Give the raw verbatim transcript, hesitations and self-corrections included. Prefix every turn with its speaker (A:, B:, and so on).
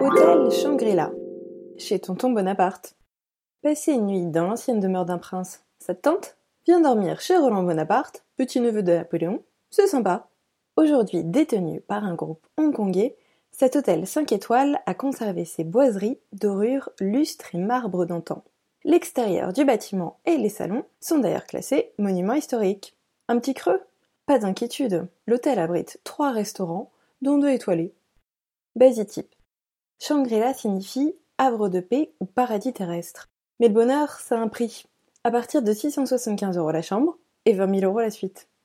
A: Hôtel Shangri-La, chez tonton Bonaparte. Passer une nuit dans l'ancienne demeure d'un prince, ça te tente ? Viens dormir chez Roland Bonaparte, petit-neveu de Napoléon, c'est sympa. Aujourd'hui détenu par un groupe hongkongais, cet hôtel cinq étoiles a conservé ses boiseries, dorures, lustres et marbres d'antan. L'extérieur du bâtiment et les salons sont d'ailleurs classés monuments historiques. Un petit creux ? Pas d'inquiétude, l'hôtel abrite trois restaurants, dont deux étoilés. Basitype. Shangri-La signifie havre de paix ou paradis terrestre. Mais le bonheur, ça a un prix. À partir de six cent soixante-quinze euros la chambre et vingt mille euros la suite.